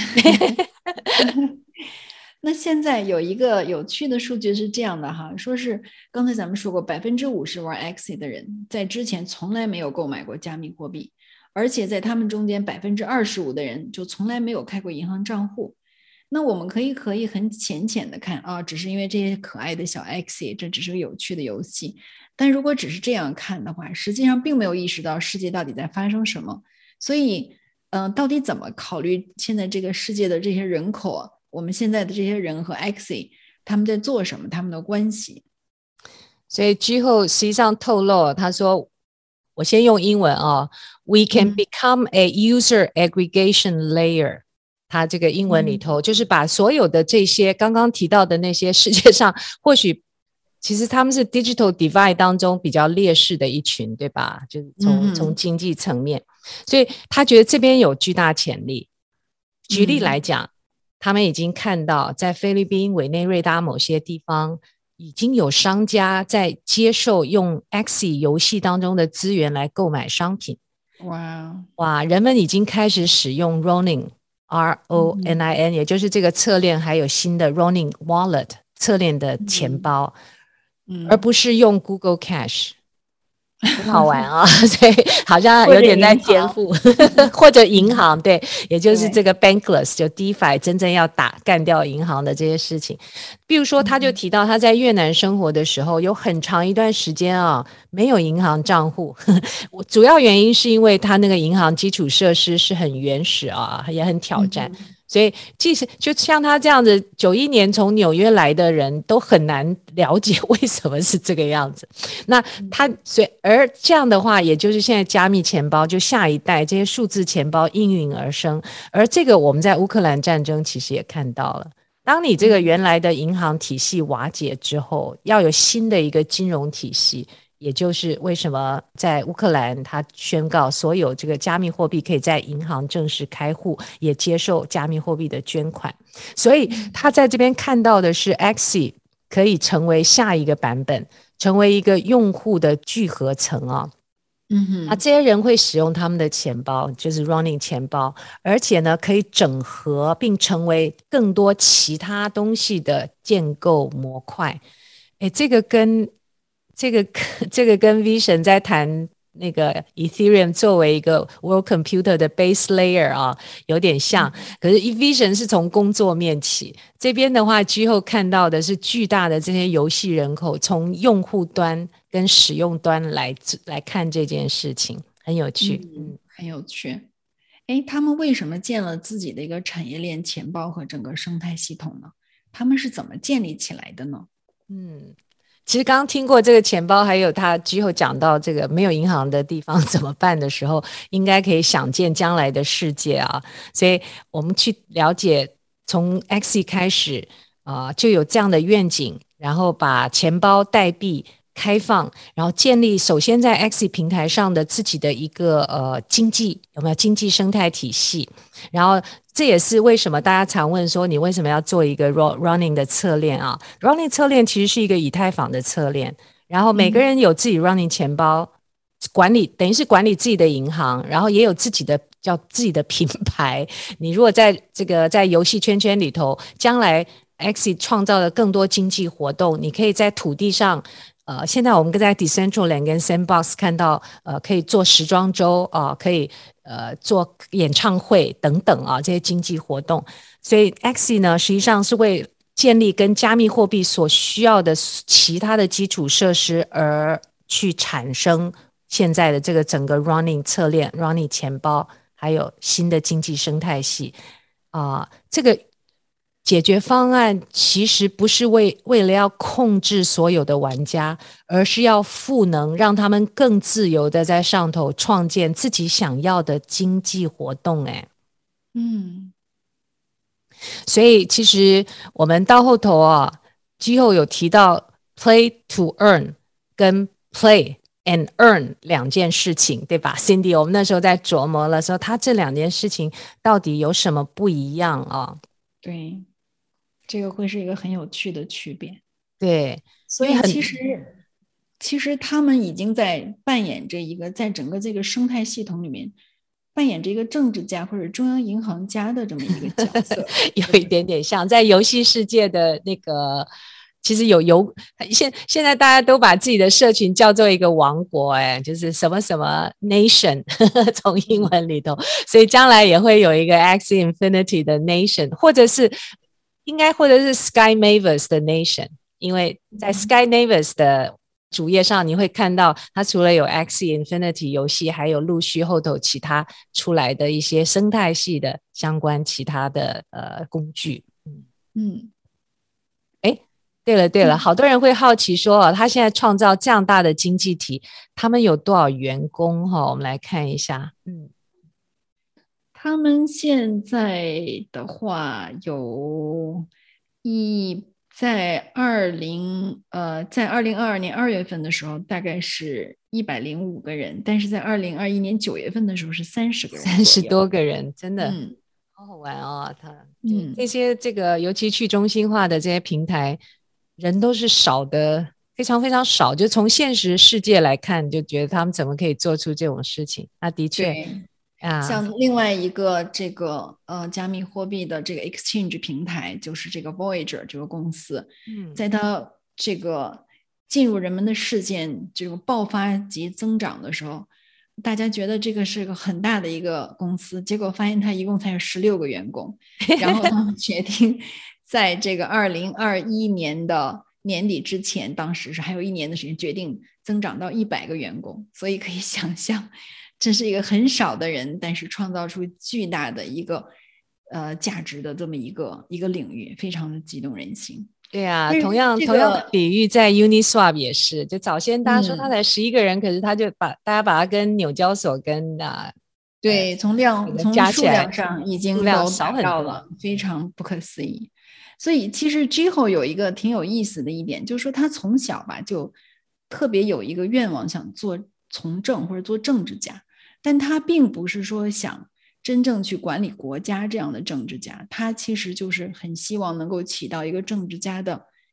那现在有一个有趣的数据是这样的哈，说是刚才咱们说过50%玩 Axie 的人在之前从来没有购买过加密货币，而且在他们中间25%的人就从来没有开过银行账户。那我们可以很浅浅的看只是因为这些可爱的小 Axie 这只是个有趣的游戏，但如果只是这样看的话，实际上并没有意识到世界到底在发生什么。所以到底怎么考虑现在这个世界的这些人口我们现在的这些人和 Axie 他们在做什么，他们的关系。 所以之后实际上透露，他说我先用英文We can become a user aggregation layer。他这个英文里头就是把所有的这些刚刚提到的那些世界上或许其实他们是 digital divide 当中比较劣势的一群，对吧？就是从经济层面，所以他觉得这边有巨大潜力。举例来讲，他们已经看到在菲律宾、委内瑞拉某些地方已经有商家在接受用 Axie 游戏当中的资源来购买商品。哇，人们已经开始使用 Ronin R-O-N-I-N， 也就是这个侧链，还有新的 Ronin Wallet 侧链的钱包，而不是用 Google Cash。很好玩所以好像有点在颠覆或者银行对，也就是这个 bankless 就 DeFi 真正要干掉银行的这些事情。比如说他就提到他在越南生活的时候有很长一段时间没有银行账户主要原因是因为他那个银行基础设施是很原始也很挑战。所以即使就像他这样子91年从纽约来的人都很难了解为什么是这个样子。那而这样的话，也就是现在加密钱包就下一代这些数字钱包应运而生。而这个我们在乌克兰战争其实也看到了，当你这个原来的银行体系瓦解之后，要有新的一个金融体系，也就是为什么在乌克兰他宣告所有这个加密货币可以在银行正式开户，也接受加密货币的捐款。所以他在这边看到的是 Axie 可以成为下一个版本，成为一个用户的聚合层啊。那这些人会使用他们的钱包，就是 Running 钱包，而且呢可以整合并成为更多其他东西的建构模块。这个跟Vision 在谈那个 Ethereum 作为一个 World Computer 的 Base Layer 啊，有点像。可是 Vision 是从工作面起，这边的话之后看到的是巨大的这些游戏人口，从用户端跟使用端来看这件事情，很有趣。 很有趣。他们为什么建了自己的一个产业链钱包和整个生态系统呢？他们是怎么建立起来的呢？ 其实刚刚听过这个钱包，还有他之后讲到这个没有银行的地方怎么办的时候，应该可以想见将来的世界啊。所以我们去了解，从 Axie 开始就有这样的愿景，然后把钱包代币开放，然后建立首先在 Axie 平台上的自己的一个经济生态体系，然后这也是为什么大家常问说你为什么要做一个 running 的侧链啊 ？running 侧链其实是一个以太坊的侧链，然后每个人有自己 running 钱包，等于是管理自己的银行，然后也有自己的叫自己的品牌。你如果在游戏圈里头，将来 Axie 创造了更多经济活动，你可以在土地上。现在我们在 Decentraland 跟 Sandbox 看到，可以做时装周可以做演唱会等等这些经济活动。所以 Axie 呢，实际上是为建立跟加密货币所需要的其他的基础设施而去产生现在的这个整个 Running 侧链、Running 钱包，还有新的经济生态系这个。解决方案其实不是为了要控制所有的玩家，而是要赋能，让他们更自由的在上头创建自己想要的经济活动。所以其实我们到后头之后有提到 play to earn 跟 play and earn 两件事情，对吧 ？Cindy， 我们那时候在琢磨了说，它这两件事情到底有什么不一样对。这个会是一个很有趣的区别。 对， 所以其实他们已经在扮演着一个在整个这个生态系统里面扮演着一个政治家或者中央银行家的这么一个角色。 有一点点像在游戏世界的那个，其实现在大家都把自己的社群叫做一个王国，就是什么什么 nation 从英文里头，所以将来也会有一个 Axie Infinity 的 nation， 或者是 Sky Mavis 的 nation， 因为在 Sky Mavis 的主页上你会看到它除了有 Axie Infinity 游戏，还有陆续后头其他出来的一些生态系的相关其他的工具。对了，好多人会好奇说他现在创造这样大的经济体，他们有多少员工我们来看一下。 他们现在的话在2022年2月份的时候大概是105个人，但是在2021年9月份的时候是30个人 ，30多个人，真的好好玩这个尤其去中心化的这些平台，人都是少的，非常非常少。就从现实世界来看，就觉得他们怎么可以做出这种事情？那的确。 像另外一个这个加密货币的这个 exchange 平台，就是这个 Voyager 这个公司，在它这个进入人们的视线这个爆发及增长的时候，大家觉得这个是个很大的一个公司，结果发现它一共才有16个员工，然后他们决定在这个2021年的年底之前，当时是还有1年的时间，决定增长到100个员工，所以可以想象。这是一个很少的人，但是创造出巨大的一个价值的这么一个领域，非常的激动人心。 对啊，同样的比喻在 Uniswap 也是，就早先大家说他才11个人，可是他就大家把它跟纽交所跟对，从数量上已经都少很多了， 非常不可思议。所以其实 Jiho 有一个挺有意思的一点，就是说他从小吧就特别有一个愿望，想从政或者做政治家。但他并不是说想真正去管理国家这样的政治家，他其实就是很希望能够起到一个政治家的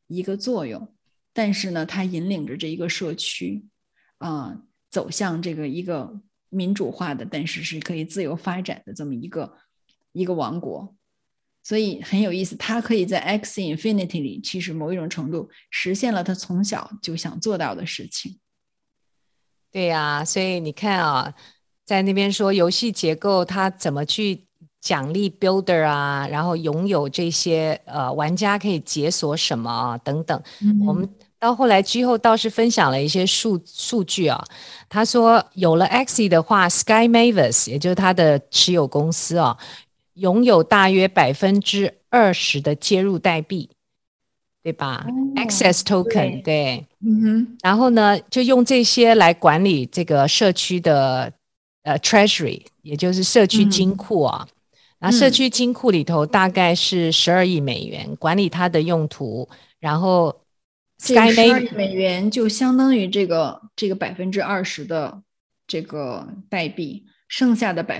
一个作用，但是呢，它引领着这一个社区走向这个一个民主化的，但是是可以自由发展的这么一个王国。所以很有意思，他可以在 Axie Infinity 里其实某一种程度实现了他从小就想做到的事情。 对呀，所以你看啊，在那边说游戏结构它怎么去奖励 builder 啊，然后拥有这些玩家可以解锁什么啊等等。我们到后来之后倒是分享了一些数据啊，他说有了 Axie 的话 ，Sky Mavis 也就是他的持有公司啊，拥有大约20%的接入代币，对吧？Access Token 对。然后呢，就用这些来管理这个社区的treasury，也就是社区金库啊。那社区金库里头大概是12亿美元，管理它的用途。然后 Sky 12亿美元就相当于这个20%的这个代币，剩下的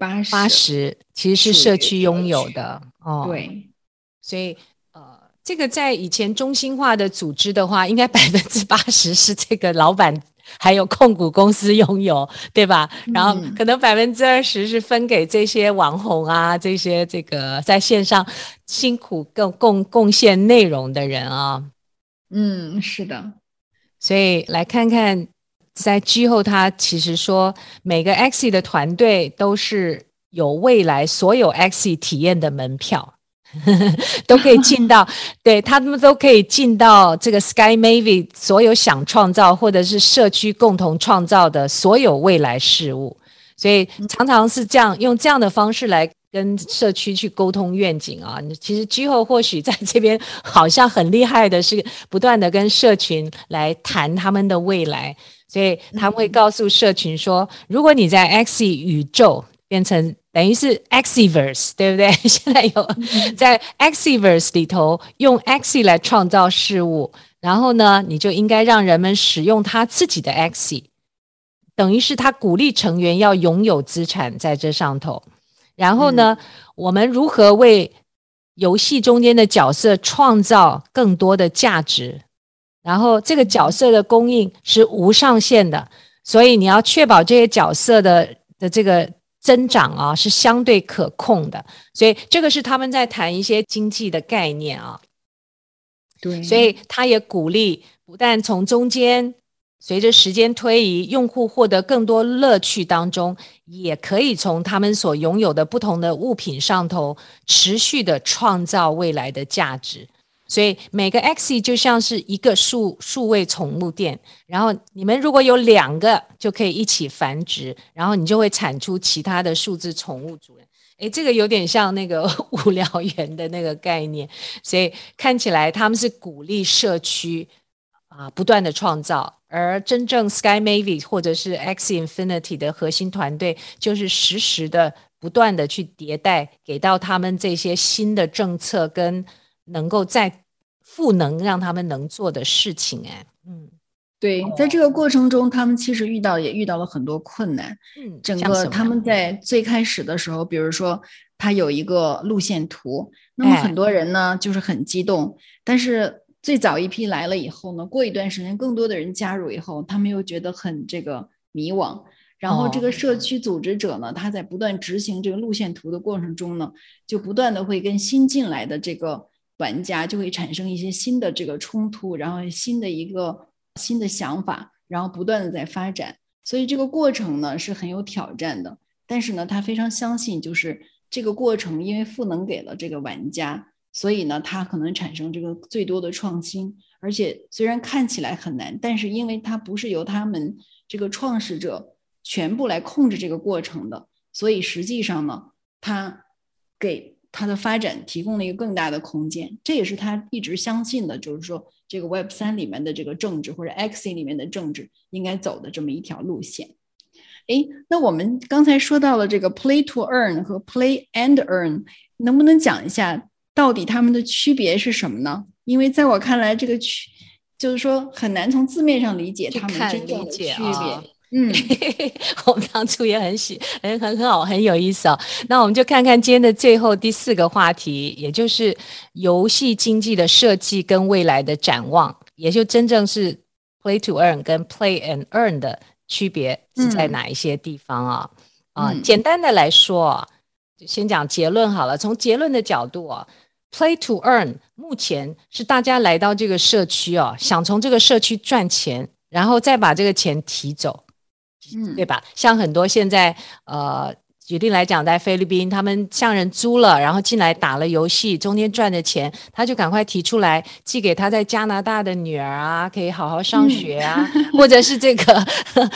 80% 其实是社区拥有的哦。 对， 所以这个在以前中心化的组织的话，应该80%是这个老板还有控股公司拥有，对吧？然后可能20%是分给这些网红啊，这些这个在线上辛苦贡献内容的人啊。 是的。 所以来看看，在之后他其实说，每个 Axie 的团队都是有未来所有 Axie 体验的门票。都可以进到对，他们都可以进到这个 Sky Mavis 所有想创造或者是社区共同创造的所有未来事物，所以常常是这样用这样的方式来跟社区去沟通愿景啊。其实之后或许在这边好像很厉害的是不断的跟社群来谈他们的未来，所以他们会告诉社群说，如果你在 Axie 宇宙变成等于是 Axiverse， 对不对？现在有在 Axiverse 里头用 Axie 来创造事物，然后呢，你就应该让人们使用他自己的 Axie， 等于是他鼓励成员要拥有资产在这上头。然后呢，我们如何为游戏中间的角色创造更多的价值？然后这个角色的供应是无上限的，所以你要确保这些角色的这个增长啊是相对可控的，所以这个是他们在谈一些经济的概念啊。 对， 所以他也鼓励不但从中间随着时间推移，用户获得更多乐趣当中，也可以从他们所拥有的不同的物品上头持续的创造未来的价值。所以每个 Axie 就像是一个数位宠物店，然后你们如果有2个就可以一起繁殖，然后你就会产出其他的数字宠物主人。诶，这个有点像那个无聊猿的那个概念，所以看起来他们是鼓励社区不断的创造，而真正 Sky Mavis 或者是 Axie Infinity 的核心团队就是实时的不断的去迭代，给到他们这些新的政策跟能够再赋能让他们能做的事情。 对，在这个过程中他们其实也遇到了很多困难。整个他们在最开始的时候，比如说他有一个路线图，那么很多人呢就是很激动，但是最早一批来了以后呢，过一段时间更多的人加入以后，他们又觉得很这个迷惘。然后这个社区组织者呢，他在不断执行这个路线图的过程中呢，就不断的会跟新进来的这个玩家就会产生一些新的这个冲突，然后新的想法，然后不断的在发展。所以这个过程呢是很有挑战的，但是呢他非常相信就是这个过程因为赋能给了这个玩家，所以呢他可能产生这个最多的创新。而且虽然看起来很难，但是因为它不是由他们这个创始者全部来控制这个过程的，所以实际上呢他给他的发展提供了一个更大的空间。这也是他一直相信的，就是说这个 Web3 里面的这个政治或者 Axie 里面的政治应该走的这么一条路线。那我们刚才说到了这个 Play to Earn 和 Play and Earn， 能不能讲一下到底它们的区别是什么呢？因为在我看来，这个就是说很难从字面上理解它们真正的区别。 我们当初也很好，很有意思哦。那我们就看看今天的最后第4个话题，也就是游戏经济的设计跟未来的展望，也就真正是 play to earn 跟 play and earn 的区别是在哪一些地方啊？简单的来说，就先讲结论好了。从结论的角度play to earn 目前是大家来到这个社区想从这个社区赚钱，然后再把这个钱提走。对吧？像很多现在举例来讲，在菲律宾，他们向人租了，然后进来打了游戏，中间赚的钱，他就赶快提出来寄给他在加拿大的女儿啊，可以好好上学啊，或者是这个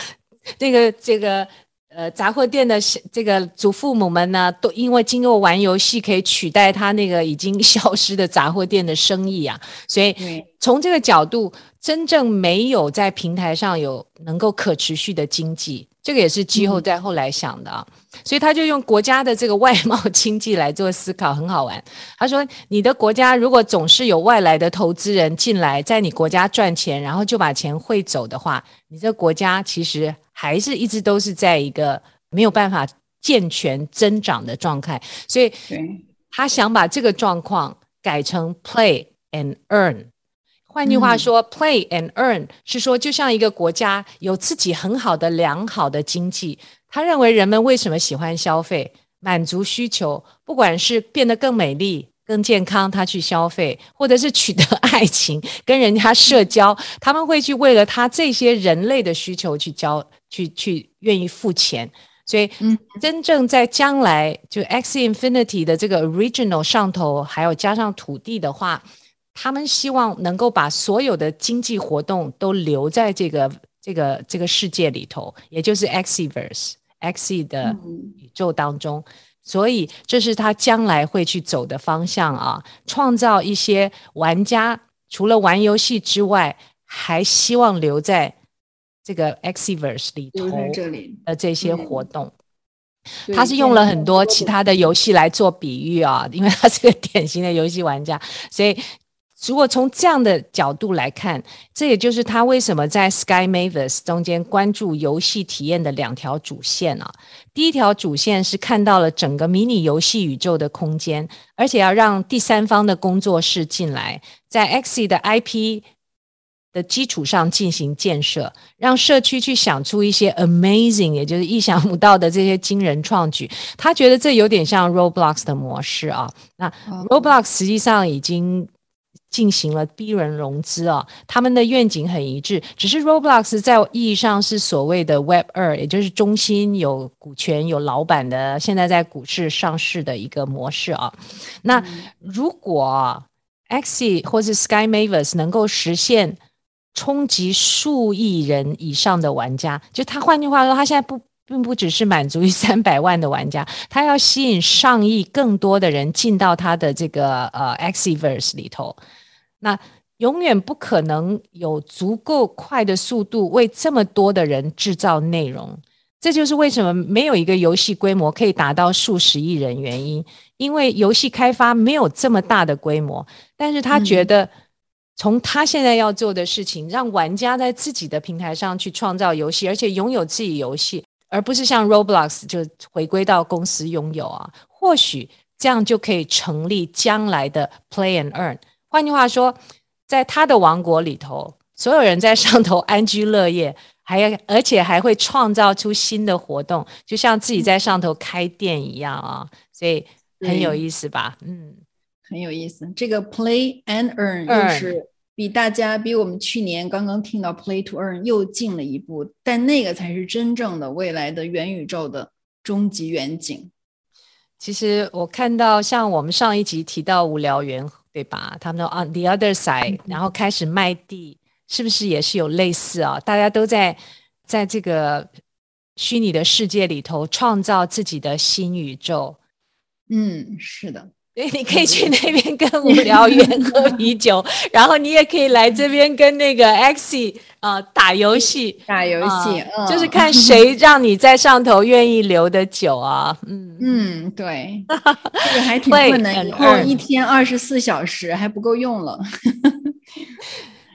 杂货店的这个祖父母们呢，都因为经过玩游戏可以取代他那个已经消失的杂货店的生意啊，所以从这个角度，真正没有在平台上有能够可持续的经济，这个也是之后在后来想的所以他就用国家的这个外贸经济来做思考，很好玩。他说，你的国家如果总是有外来的投资人进来，在你国家赚钱，然后就把钱汇走的话，你这个国家其实还是一直都是在一个没有办法健全增长的状态。所以他想把这个状况改成 play and earn。换句话说，play and earn 是说，就像一个国家有自己很好的良好的经济，他认为人们为什么喜欢消费，满足需求，不管是变得更美丽更健康他去消费，或者是取得爱情跟人家社交，他们会去为了他这些人类的需求去愿意付钱。所以真正在将来就 Axie Infinity 的这个 original 上头还有加上土地的话，他们希望能够把所有的经济活动都留在这个世界里头，也就是 Axieverse、Axie 的宇宙当中。所以这是他将来会去走的方向创造一些玩家除了玩游戏之外，还希望留在这个 Axieverse 里头的这些活动。他是用了很多其他的游戏来做比喻因为他是个典型的游戏玩家，所以如果从这样的角度来看，这也就是他为什么在 Sky Mavis 中间关注游戏体验的2条主线第一条主线是看到了整个迷你游戏宇宙的空间，而且要让第三方的工作室进来，在 Axie 的 IP 的基础上进行建设，让社区去想出一些 amazing 也就是意想不到的这些惊人创举。他觉得这有点像 Roblox 的模式那 Roblox 实际上已经进行了 B 轮融资他们的愿景很一致，只是 Roblox 在意义上是所谓的 Web2， 也就是中心有股权有老板的，现在在股市上市的一个模式那如果Axie 或是 Sky Mavis 能够实现冲击数亿人以上的玩家，就他换句话说，他现在并不只是满足于300万的玩家，他要吸引上亿更多的人进到他的这个Axieverse 里头，那永远不可能有足够快的速度为这么多的人制造内容。这就是为什么没有一个游戏规模可以达到数十亿人原因，因为游戏开发没有这么大的规模，但是他觉得从他现在要做的事情，让玩家在自己的平台上去创造游戏，而且拥有自己游戏，而不是像 Roblox 就回归到公司拥有或许这样就可以成立将来的 Play and Earn。 换句话说，在他的王国里头，所有人在上头安居乐业，而且还会创造出新的活动，就像自己在上头开店一样所以很有意思吧很有意思。这个 Play and Earn 又是比我们去年刚刚听到 Play to Earn 又近了一步，但那个才是真正的未来的元宇宙的终极远景。 其实我看到像我们上一集提到无聊猿对吧，他们说 on the other side 然后开始卖地，是不是也是有类似大家都在这个虚拟的世界里头创造自己的新宇宙。 是的， 对，你可以去那边跟无聊猿喝啤酒然后你也可以来这边跟那个 Axie 打游戏就是看谁让你在上头愿意留的久对这个还挺困难以后一天24小时还不够用了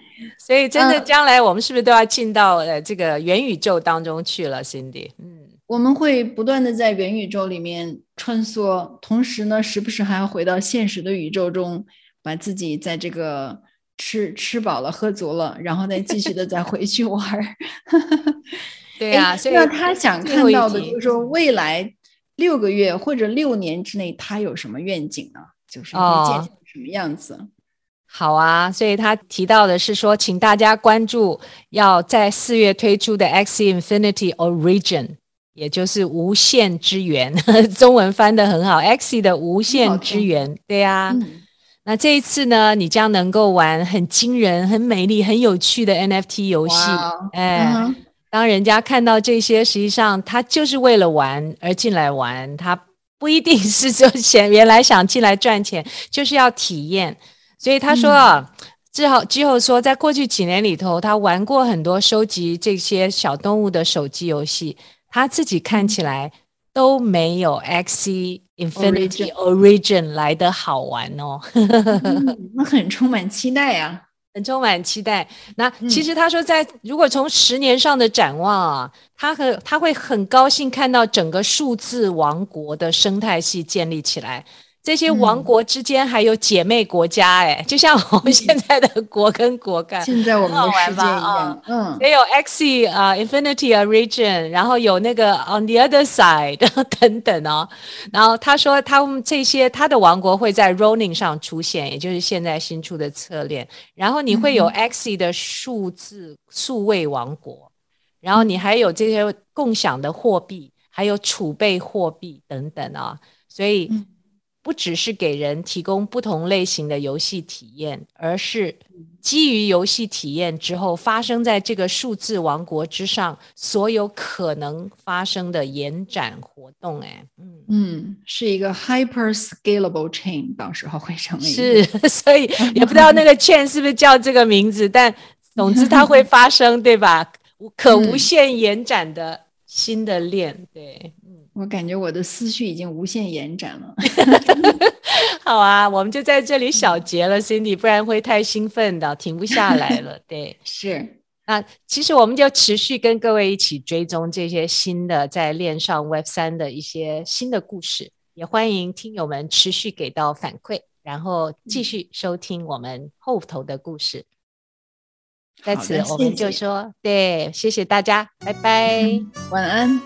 所以真的将来我们是不是都要进到这个元宇宙当中去了 Cindy？ 我们会不断的在元宇宙里面穿梭，同时呢时不时还要回到现实的宇宙中，把自己在这个吃饱了喝足了，然后再继续的再回去玩。 对呀，所以那他想看到的就是说未来6个月或者6年之内他有什么愿景呢？就是会见成什么样子？ 好啊，所以他提到的是说，请大家关注要在4月推出的 Axie Infinity Origin， 也就是无限之源，中文翻得很好 ，Axie 的无限之源，对啊。那这一次呢，你将能够玩很惊人、很美丽、很有趣的 NFT 游戏。当人家看到这些，实际上他就是为了玩而进来玩，他不一定是说原来想进来赚钱，就是要体验。所以他说啊，之后说，在过去几年里头，他玩过很多收集这些小动物的手机游戏，他自己看起来都没有 Axie Infinity Origin 来的好玩哦。 那很充满期待啊， 很充满期待。那其实他说如果从10年上的展望啊，他会很高兴看到整个数字王国的生态系建立起来。这些王国之间还有姐妹国家，就像我们现在的国跟国干， 现在我们的世界一样。 也有 Axie Infinity Origin， 然后有那个 On the Other Side 等等哦。然后他说他的王国会在 Ronin 上出现，也就是现在新出的侧链。然后你会有 Axie 的数位王国，然后你还有这些共享的货币，还有储备货币等等啊。所以不只是给人提供不同类型的游戏体验，而是基于游戏体验之后发生在这个数字王国之上所有可能发生的延展活动。 是一个 hyper scalable chain， 到时候会成为是，所以也不知道那个 chain 是不是叫这个名字，但总之它会发生，对吧？可无限延展的新的链，对。 我感觉我的思绪已经无限延展了。 好啊，我们就在这里小结了 Cindy， 不然会太兴奋的，停不下来了。对， 是。 那其实我们就持续跟各位一起追踪这些新的在链上 Web3 的一些新的故事，也欢迎听友们持续给到反馈，然后继续收听我们后头的故事。在此我们就说，对，谢谢大家，拜拜， 晚安。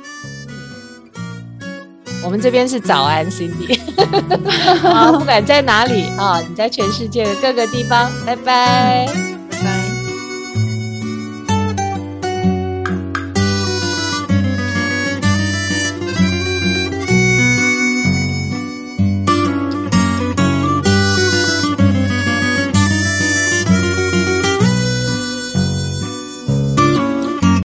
我们这边是早安 Cindy 不管在哪里你在全世界的各个地方，拜拜。